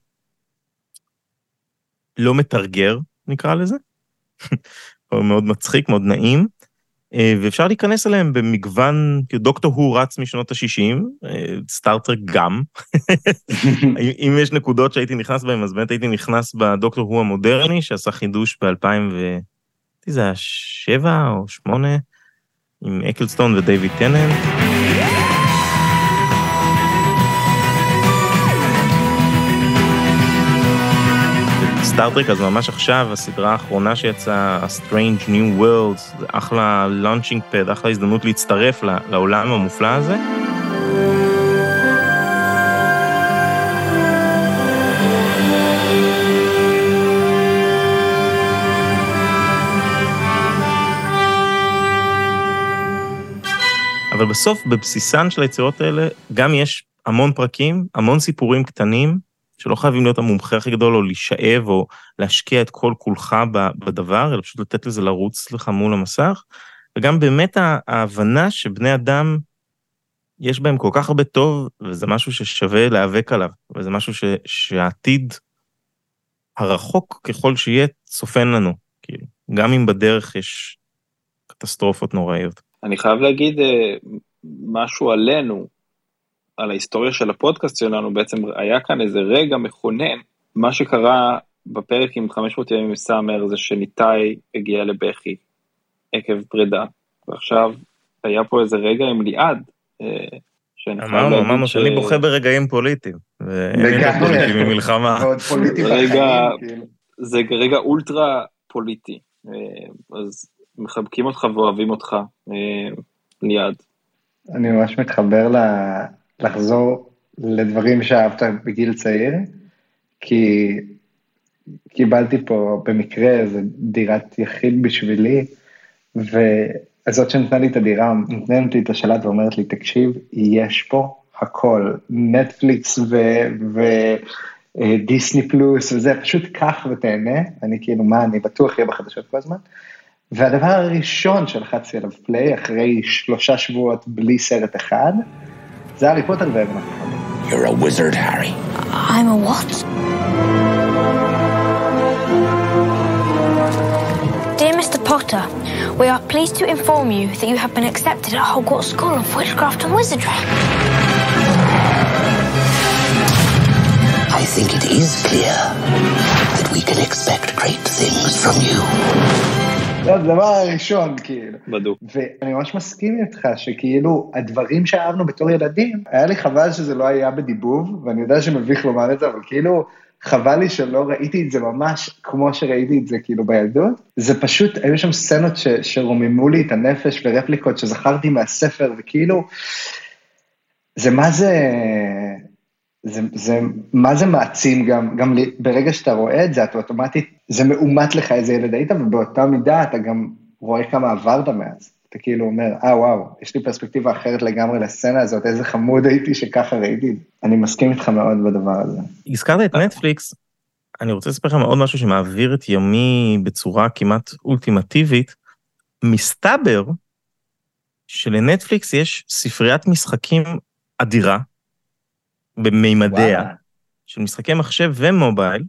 לא מתרגר, נקרא לזה, הוא מאוד מצחיק, מאוד נעים, ואפשר להיכנס אליהם במגוון, כי דוקטור הוא רץ משנות ה-שישים, סטארטרק גם, אם יש נקודות שהייתי נכנס בהם, אז באמת הייתי נכנס בדוקטור הוא המודרני, שעשה חידוש ב-אלפיים ו... זה היה שבע או שמונה, עם אקלסטון ודייוויד טננט. סטארטרק, אז ממש עכשיו, הסדרה האחרונה שיצאה, ה-Strange New Worlds, זה אחלה launching pad, אחלה הזדמנות להצטרף לעולם המופלא הזה. אבל בסוף, בבסיסן של היצירות האלה, גם יש המון פרקים, המון סיפורים קטנים, שלא חייבים להיות המומחה הכי גדול, או להישאב, או להשקיע את כל כולך בדבר, אלא פשוט לתת לזה לרוץ לך מול המסך, וגם באמת ההבנה שבני אדם, יש בהם כל כך הרבה טוב, וזה משהו ששווה להיאבק עליו, וזה משהו ש, שהעתיד הרחוק ככל שיהיה, צופן לנו, כאילו, גם אם בדרך יש קטסטרופות נוראיות. אני חייב להגיד משהו עלינו, על ההיסטוריה של הפודקאסט שלנו, בעצם היה כאן איזה רגע מכונן, מה שקרה בפרק עם חמש מאות ימים מסאמר, זה שניטאי הגיע לבכי, עקב פרידה, ועכשיו היה פה איזה רגע עם ליעד, אמרנו, אמרנו שאני בוכה ברגעים פוליטיים, ואין יותר פוליטיים ממלחמה. זה רגע אולטרה פוליטי, אז מחבקים אותך ואוהבים אותך ליד. אני ממש מתחבר לחזור לדברים שאהבת בגיל צעיר, כי קיבלתי פה במקרה איזו דירת יחיד בשבילי, והזאת שנתנה לי את הדירה, נתנת לי את השלט ואומרת לי, תקשיב, יש פה הכל, נטפליקס ודיסני פלוס וזה, פשוט כך ותהנה, אני כאילו, מה, אני בטוח יהיה בחדשות כל הזמן, והדבר הראשון שלחצתי עליו פליי, אחרי שלושה שבועות בלי סרט אחד, זה הארי פוטר ואבן החכמים. You're a wizard, Harry. I'm a what? Dear Mister Potter, we are pleased to inform you that you have been accepted at Hogwarts School of Witchcraft and Wizardry. I think it is clear that we can expect great things from you. זה הדבר הראשון, כאילו. בדוק. ואני ממש מסכים איתך שכאילו, הדברים שאהבנו בתור ילדים, היה לי חבל שזה לא היה בדיבוב, ואני יודע שמביך לומר את זה, אבל כאילו, חבל לי שלא ראיתי את זה ממש כמו שראיתי את זה כאילו בילדות. זה פשוט, היו שם סצנות ש, שרוממו לי את הנפש ורפליקות שזכרתי מהספר, וכאילו, זה מה זה... זה, זה, מה זה מעצים גם, גם לי, ברגע שאתה רואה את זה, אתה אוטומטית, זה מאומת לך איזה ילד היית, ובאותה מידה אתה גם רואה כמה עברת מאז. אתה כאילו אומר, אה וואו, יש לי פרספקטיבה אחרת לגמרי לסצנה הזאת, איזה חמוד הייתי שככה ראיתי. אני מסכים איתך מאוד בדבר הזה. הזכרת את נטפליקס, אני רוצה לספר לכם עוד משהו שמעביר את יומי בצורה כמעט אולטימטיבית. מסתבר שלנטפליקס יש ספריית משחקים אדירה, במימדיה, של משחקי מחשב ומובייל,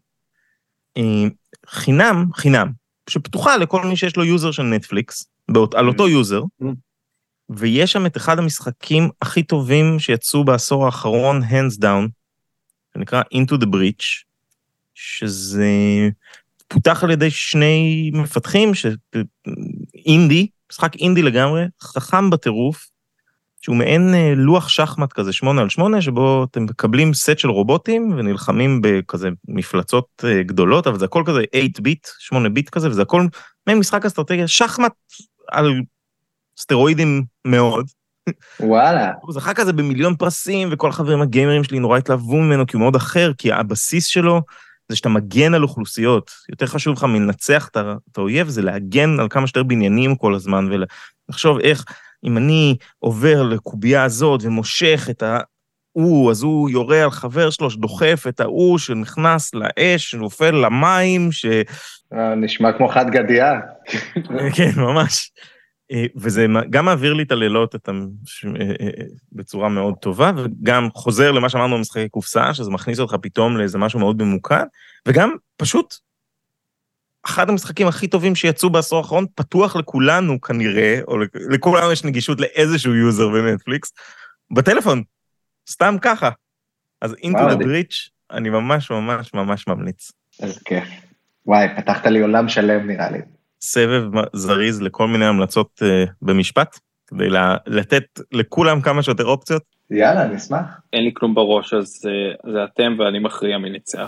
חינם, חינם, שפתוחה לכל מי שיש לו יוזר של נטפליקס, על אותו יוזר, ויש שם את אחד המשחקים הכי טובים שיצאו בעשור האחרון, hands down, שנקרא Into the Breach, שזה פותח על ידי שני מפתחים, אינדי, משחק אינדי לגמרי, חכם בטירוף, שהוא מעין לוח שחמט כזה, שמונה על שמונה, שבו אתם מקבלים סט של רובוטים, ונלחמים בכזה מפלצות גדולות, אבל זה הכל כזה שמונה ביט, שמונה ביט כזה, וזה הכל מעין משחק אסטרטגיה, שחמט על סטרואידים מאוד. וואלה. הוא זכה כזה במיליון פרסים, וכל החברים הגיימרים שלי נורא התלהבו ממנו, כי הוא מאוד אחר, כי הבסיס שלו, זה שאתה מגן על אוכלוסיות. יותר חשוב לך מנצח את האויב, זה להגן על כמה שיותר בניינים כל הזמן, ולחשוב איך, אם אני עובר לקובייה הזאת ומושך את ההוא, אז הוא יורה על חבר שלו שדוחף את ההוא שנכנס לאש, שנופל למים, ש... נשמע כמו חד גדיה. כן, ממש. וזה גם מעביר לי את הלילות בצורה מאוד טובה, וגם חוזר למה שאמרנו במשחקי קופסה, שזה מכניס אותך פתאום לאיזה משהו מאוד ממוקד, וגם פשוט אחד המשחקים הכי טובים שיצאו בעשור האחרון, פתוח לכולנו כנראה, או לכולנו יש נגישות לאיזשהו יוזר בנטפליקס, בטלפון, סתם ככה. אז Into the Breach, אני ממש ממש ממש ממליץ. איזה כיף. וואי, פתחת לי עולם שלם נראה לי. סבב זריז לכל מיני המלצות uh, במשפט, כדי לתת לכולם כמה שיותר אופציות. יאללה, נשמח. אין לי כלום בראש, אז uh, זה אתם ואני מכריע מי ניצח.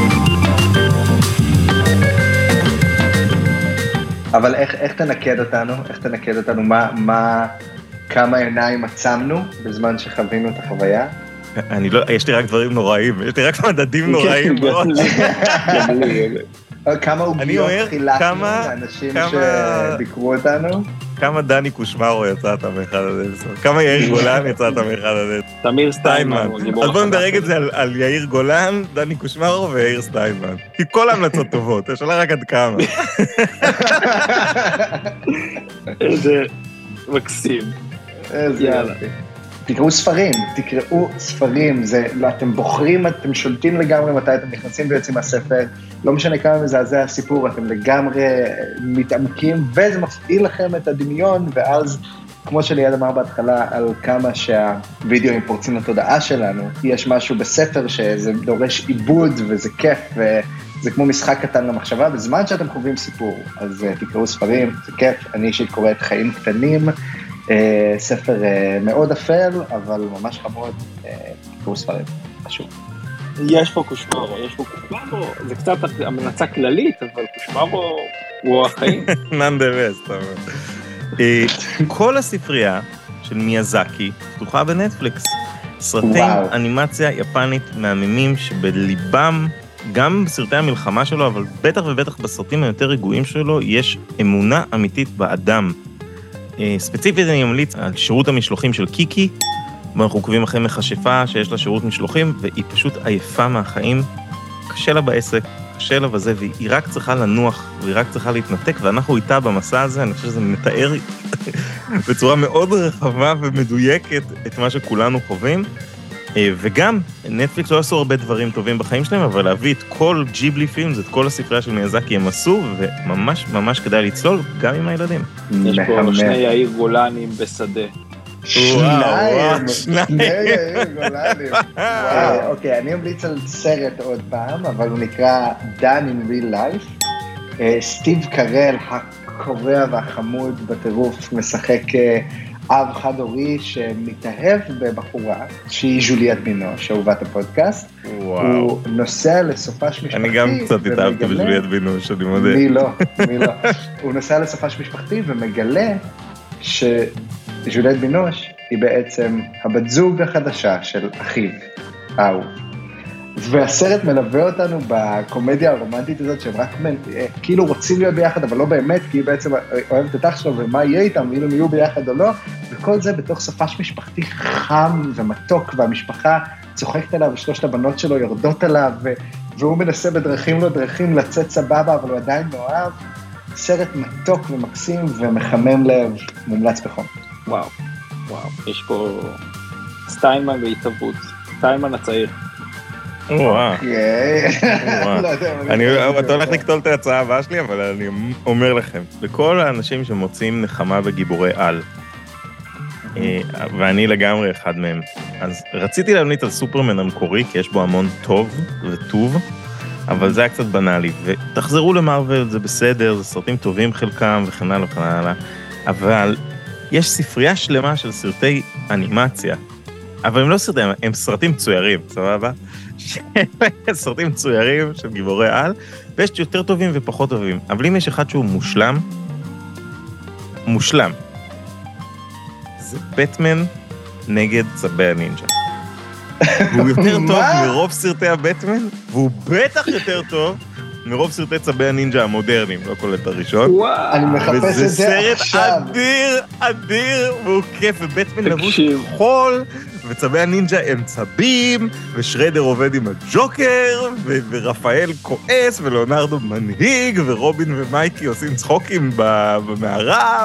אבל איך, איך תנקד אותנו? איך תנקד אותנו? מה, מה, כמה עיניים עצמנו בזמן שחווינו את החוויה? אני לא, יש לי רק דברים נוראים, יש לי רק מדדים נוראים. כמה עוגיות חילקנו לאנשים שביקרו אותנו? כמה דני קושמרו יצאת מאחד הזה? כמה יאיר גולן יצאת מאחד הזה? תמיר סטיינמן. אז בואו נדרג את זה על יאיר גולן, דני קושמרו ויאיר סטיינמן. כי כל ההמלצות טובות, יש עולה רק עד כמה. איזה מקסים. איזה יופי. תקראו ספרים, תקראו ספרים, זה, לא, אתם בוחרים, אתם שולטים לגמרי מתי אתם נכנסים ויוצאים מהספר, לא משנה כמה מזעזע הסיפור, אתם לגמרי מתעמקים, וזה מפעיל לכם את הדמיון, ואז, כמו שליד אמר בהתחלה, על כמה שהווידאוים פורצים לתודעה שלנו, יש משהו בספר שזה דורש עיבוד, וזה כיף, וזה כמו משחק קטן למחשבה, בזמן שאתם חווים סיפור, אז תקראו ספרים, זה כיף, אני אישית קורא את חיים קטנים, ספר מאוד אפל, אבל ממש חמוד, תקראו ספרים, חשוב. יש פה קושמרו, יש פה קושמרו, זה קצת המלצה כללית, אבל קושמרו הוא החיים. none the best. כל הספרייה של מיאזקי פתוחה בנטפליקס. סרטי אנימציה יפנית מהממים שבליבם, גם בסרטי המלחמה שלו, אבל בטח ובטח בסרטים היותר רגועים שלו, יש אמונה אמיתית באדם. ספציפית אני ממליץ על שירות המשלוחים של קיקי, ואנחנו עוקבים אחרי מכשפה שיש לה שירות משלוחים, והיא פשוט עייפה מהחיים, קשה לה בעסק, קשה לה בזה, והיא רק צריכה לנוח, והיא רק צריכה להתנתק, ואנחנו איתה במסע הזה, אני חושב שזה מתאר בצורה מאוד רחבה ומדויקת את מה שכולנו חווים, וגם נטפליקס לא עשו הרבה דברים טובים בחיים שלהם, אבל להביא את כל ג'יבלי פילמס, את כל הספרייה של מיאזקי הם עשו, וממש ממש כדאי לצלול גם עם הילדים. יש פה שני יאיר גולנים בשדה. שניים, שני יאיר גולנים. אוקיי, אני אמליץ על סרט עוד פעם, אבל הוא נקרא Done in Real Life. סטיב קרל, הקורע והחמוד בטירוף, משחק אב חד הורי שמתאהב בבחורה, שהיא ג'וליאט בינוש, אהובת הפודקאסט. הוא נוסע לסופש משפחתי. אני גם קצת התאהבתי בג'וליאט בינוש, אני מודה. מי לא, מי לא. הוא נוסע לסופש משפחתי ומגלה שג'וליאט בינוש היא בעצם הבת זוג החדשה של אחיו, אהוב. והסרט מלווה אותנו בקומדיה הרומנטית הזאת, שהם רק כאילו רוצים להיות ביחד, אבל לא באמת, כי היא בעצם אוהבת את אח שלו, ומה יהיה איתם, אם הם יהיו ביחד או לא, וכל זה בתוך סופש משפחתי חם ומתוק, והמשפחה צוחקת עליו, ושלושת הבנות שלו יורדות עליו, והוא מנסה בדרכים לא דרכים לצאת סבבה, אבל הוא עדיין מאוהב. סרט מתוק ומקסים ומחמם לב, מומלץ בחום. וואו, וואו, יש פה סטיינמן בהתאבות, סטיינמן הצעיר. וואו. אתה הולך לקטול את ההצעה הבאה שלי, אבל אני אומר לכם, לכל האנשים שמוצאים נחמה בגיבורי על, ואני לגמרי אחד מהם, אז רציתי להמליץ על סופרמן המקורי, כי יש בו המון טוב וטוב, אבל זה היה קצת בנאלי, ותחזרו למרוול, זה בסדר, זה סרטים טובים חלקם, וכן הלאה וכן הלאה, אבל יש ספרייה שלמה של סרטי אנימציה, אבל הם לא סרטים, הם סרטים צוירים, סבבה? סרטים צוירים של גיבורי על, ויש יותר טובים ופחות טובים, אבל אם יש אחד שהוא מושלם, מושלם, זה בטמן נגד צבי הנינג'ה. והוא יותר טוב מרוב סרטי הבטמן, והוא בטח יותר טוב מרוב סרטי צבי הנינג'ה המודרניים, לא כולל את הראשון. אני מחפש את זה עכשיו. וזה סרט אדיר, אדיר, והוא כיף, ובטמן לבוש חול, וצבי הנינג'ה הם צבים, ושרדר עובד עם הג'וקר, ורפאל כועס, ולאונרדו מנהיג, ורובין ומייקי עושים צחוקים במערה,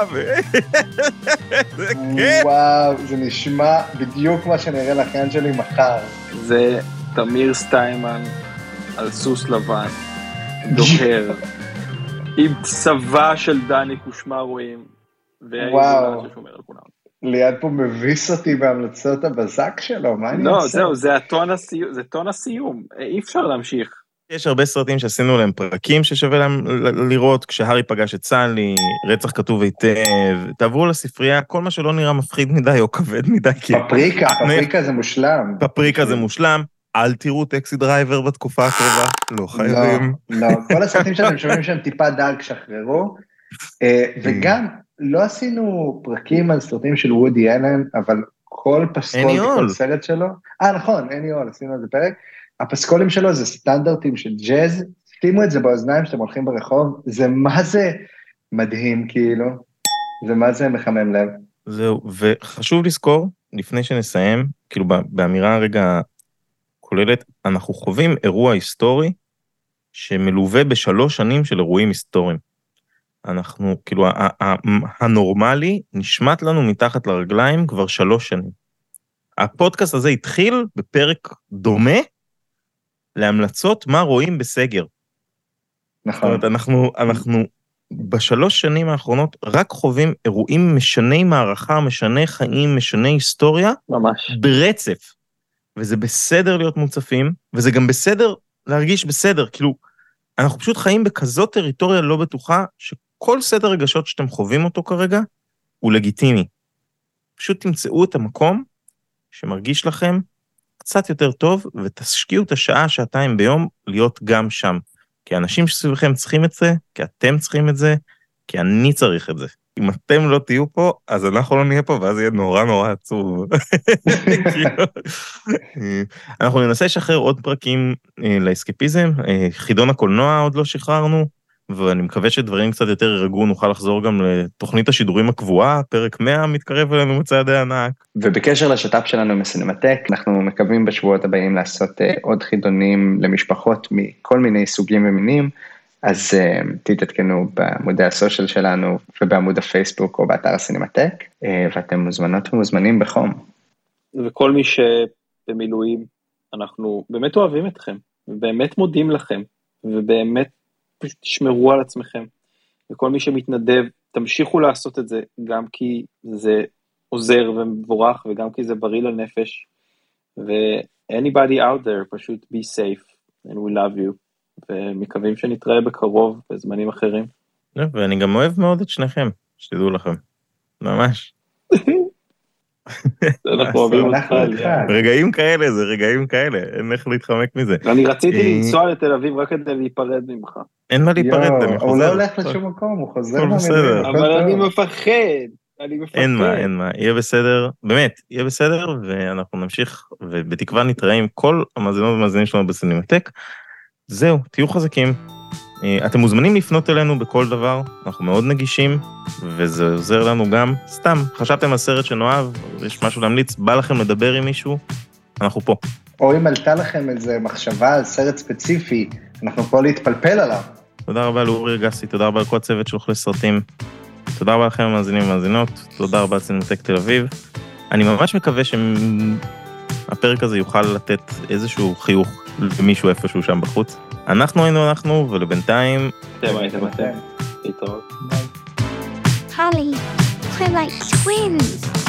זה כיף. וואו, זה נשמע בדיוק מה שנראה לכן שלי מחר. זה תמיר סטיימן על סוס לבן. דוקר, עם צבא של דני קושמרואים, וואו, ליד פה מביס אותי בהמלצות הבזק שלו, מה אני לא, עושה? זהו, זה הטון הסיום, זה טון הסיום, אי אפשר להמשיך. יש הרבה סרטים שעשינו להם פרקים ששווה להם לראות, כשהרי פגש את סלי, רצח כתוב היטב, תעברו לספרייה, כל מה שלא נראה מפחיד מדי או כבד מדי. פפריקה, פפריקה זה מושלם. פפריקה זה מושלם. אל תראו טקסי דרייבר בתקופה הקרובה, לא חייבים. לא, לא, כל הסרטים שאתם שומעים שהם טיפה דארק שחררו, וגם לא עשינו פרקים על סרטים של וודי אלן, אבל כל פסקול וכל סרט שלו, אה נכון, אין יול, עשינו על זה פרק, הפסקולים שלו זה סטנדרטים של ג'אז, שימו את זה באוזניים שאתם הולכים ברחוב, זה מה זה מדהים כאילו, זה מה זה מחמם לב. זהו, וחשוב לזכור, לפני שנסיים, כאילו באמירה הרגע, כוללת, אנחנו חווים אירוע היסטורי שמלווה בשלוש שנים של אירועים היסטוריים. אנחנו, כאילו, הנורמלי נשמט לנו מתחת לרגליים כבר שלוש שנים. הפודקאסט הזה התחיל בפרק דומה להמלצות מה רואים בסגר. נכון. זאת אומרת, אנחנו, אנחנו בשלוש שנים האחרונות רק חווים אירועים משני מערכה, משני חיים, משני היסטוריה. ממש. ברצף. וזה בסדר להיות מוצפים, וזה גם בסדר להרגיש בסדר, כאילו, אנחנו פשוט חיים בכזאת טריטוריה לא בטוחה, שכל סדר רגשות שאתם חווים אותו כרגע, הוא לגיטימי. פשוט תמצאו את המקום שמרגיש לכם קצת יותר טוב, ותשקיעו את השעה, שעתיים ביום, להיות גם שם. כי האנשים שסביבכם צריכים את זה, כי אתם צריכים את זה, כי אני צריך את זה. אם אתם לא תהיו פה, אז אנחנו לא נהיה פה, ואז יהיה נורא נורא עצוב. אנחנו ננסה לשחרר עוד פרקים לאסקפיזם, חידון הקולנוע עוד לא שחררנו, ואני מקווה שדברים קצת יותר ירגעו, נוכל לחזור גם לתוכנית השידורים הקבועה, פרק מאה מתקרב אלינו מצעדי ענק. ובקשר לשת"פ שלנו מסינמטק, אנחנו מקווים בשבועות הבאים לעשות עוד חידונים למשפחות מכל מיני סוגים ומינים, אז uh, תתעדכנו בעמודי הסושיאל שלנו ובעמוד הפייסבוק או באתר הסינמטק, uh, ואתם מוזמנות ומוזמנים בחום. וכל מי שבמילואים, אנחנו באמת אוהבים אתכם, ובאמת מודים לכם, ובאמת פשוט תשמרו על עצמכם, וכל מי שמתנדב, תמשיכו לעשות את זה, גם כי זה עוזר ומבורך, וגם כי זה בריא לנפש, ו-anybody out there, פשוט be safe, and we love you. ומקווים שנתראה בקרוב בזמנים אחרים. ואני גם אוהב מאוד את שניכם, שתדעו לכם. ממש. אנחנו אוהבים אותך. רגעים כאלה, זה רגעים כאלה, אין איך להתחמק מזה. אני רציתי לנסוע לתל אביב רק כדי להיפרד ממך. אין מה להיפרד, אני חוזר. הוא לא הולך לשום מקום, הוא חוזר מהמילואים. אבל אני מפחד. אין מה, אין מה, יהיה בסדר, באמת, יהיה בסדר, ואנחנו נמשיך, ובתקווה נתראה עם כל המאזינות ומאזינים שלנו בסינמטק. זהו, תהיו חזקים. אתם מוזמנים לפנות אלינו בכל דבר, אנחנו מאוד נגישים, וזה עוזר לנו גם. סתם, חשבתם על סרט שנאהב, יש משהו להמליץ, בא לכם לדבר עם מישהו, אנחנו פה. או אם עלתה לכם איזו מחשבה על סרט ספציפי, אנחנו פה להתפלפל עליו. תודה רבה לאורי גסי, תודה רבה לכל הצוות של אוכלי סרטים, תודה רבה לכם המאזינים ומאזינות, תודה רבה לסינמטק תל אביב. אני ממש מקווה שהפרק הזה יוכל לתת איזשהו חיוך למישהו איפשהו שם בחוץ. אנחנו היינו אנחנו, ולבינתיים... אתם הייתם אתם. להתראות. Holly, we're like twins.